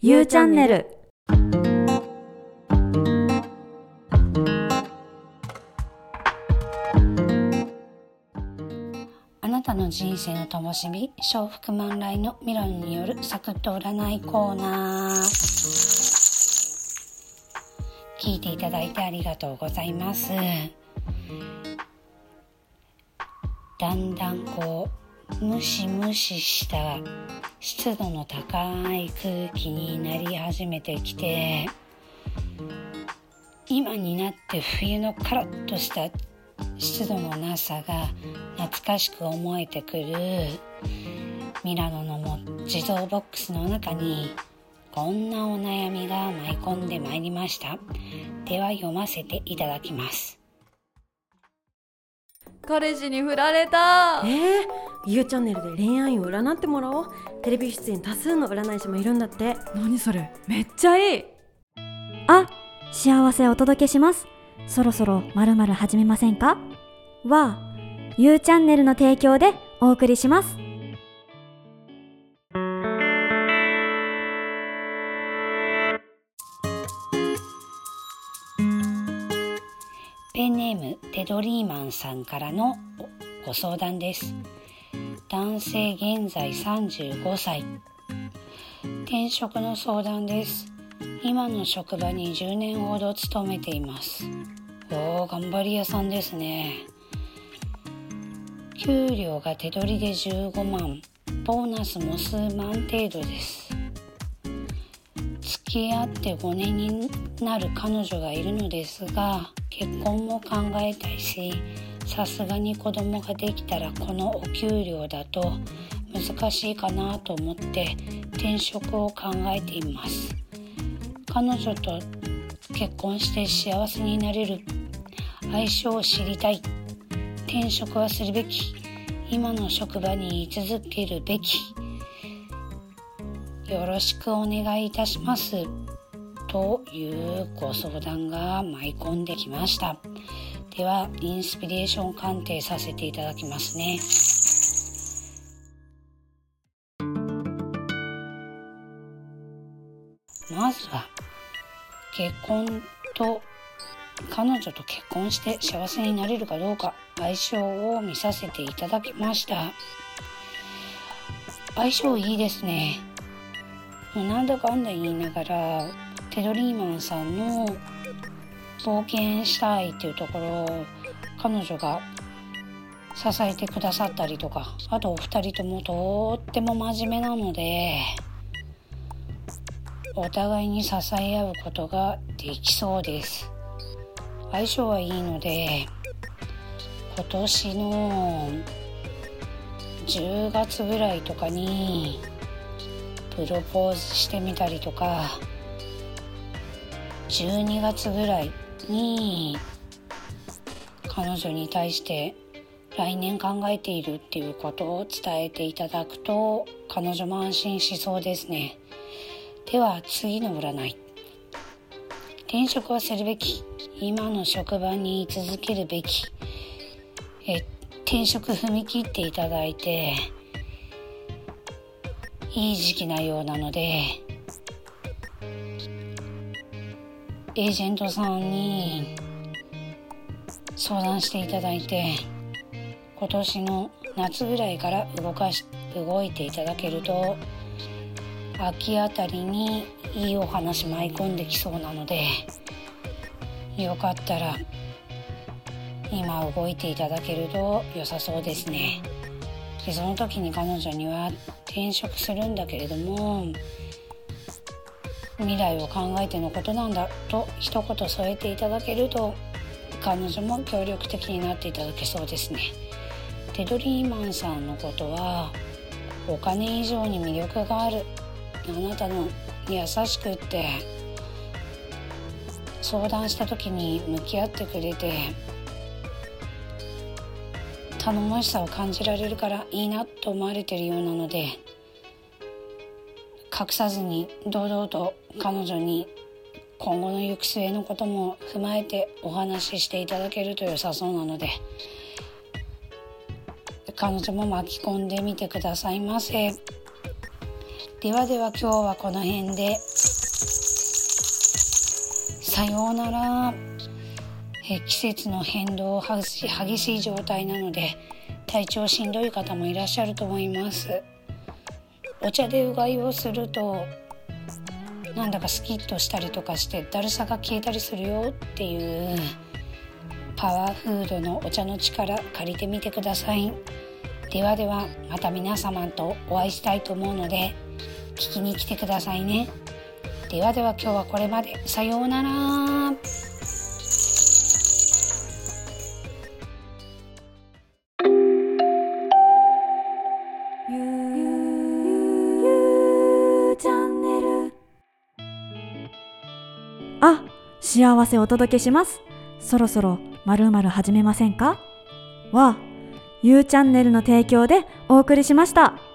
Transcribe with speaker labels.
Speaker 1: ゆうチャンネル。
Speaker 2: あなたの人生の灯火、笑福満来のミラノによるサクッと占いコーナー。聞いていただいてありがとうございます。だんだんムシムシした湿度の高い空気になり始めてきて、今になって冬のカラッとした湿度のなさが懐かしく思えてくるミラノの自動ボックスの中にこんなお悩みが舞い込んでまいりました。では読ませていただきます。
Speaker 1: 彼氏に振られた。
Speaker 3: ゆうチャンネルで恋愛を占ってもらおう。テレビ出演多数の占い師もいるんだって。
Speaker 1: 何それ、めっちゃいい。
Speaker 4: あ、幸せをお届けします。そろそろ〇〇始めませんかは、ゆうチャンネルの提供でお送りします。
Speaker 2: ペンネームテドリーマンさんからのご相談です。男性、現在35歳。転職の相談です。今の職場に10年ほど勤めています。頑張り屋さんですね。給料が手取りで15万、ボーナスも数万程度です。付き合って5年になる彼女がいるのですが、結婚も考えたいし、さすがに子供ができたらこのお給料だと難しいかなと思って転職を考えています。彼女と結婚して幸せになれる相性を知りたい。転職はするべき。今の職場に居続けるべき。よろしくお願いいたします。というご相談が舞い込んできました。ではインスピレーション鑑定させていただきますね。まずは彼女と結婚して幸せになれるかどうか相性を見させていただきました。相性いいですね。なんだかんだ言いながらテドリーマンさんの冒険したいっていうところを彼女が支えてくださったりとか、あとお二人ともとっても真面目なのでお互いに支え合うことができそうです。相性はいいので今年の10月ぐらいとかにプロポーズしてみたりとか、12月ぐらいに彼女に対して来年考えているっていうことを伝えていただくと彼女も安心しそうですね。では次の占い。転職はするべき。今の職場に居続けるべき。転職踏み切っていただいていい時期なようなので、エージェントさんに相談していただいて今年の夏ぐらいから動いていただけると秋あたりにいいお話舞い込んできそうなので、よかったら今動いていただけると良さそうですね。でその時に彼女には転職するんだけれども未来を考えてのことなんだと一言添えていただけると彼女も協力的になっていただけそうですね。テドリーマンさんのことはお金以上に魅力がある。あなたの優しくって相談した時に向き合ってくれて頼もしさを感じられるからいいなと思われているようなので、隠さずに堂々と彼女に今後の行く末のことも踏まえてお話ししていただけると良さそうなので、彼女も巻き込んでみてくださいませ。 ではでは今日はこの辺で。さようなら。季節の変動激しい状態なので体調しんどい方もいらっしゃると思います。お茶でうがいをするとなんだかスキッとしたりとかしてだるさが消えたりするよっていうパワーフードのお茶の力借りてみてください。ではではまた皆様とお会いしたいと思うので聞きに来てくださいね。ではでは今日はこれまで。さようなら。
Speaker 4: あ、幸せお届けします。そろそろ〇〇始めませんかは、ゆうチャンネルの提供でお送りしました。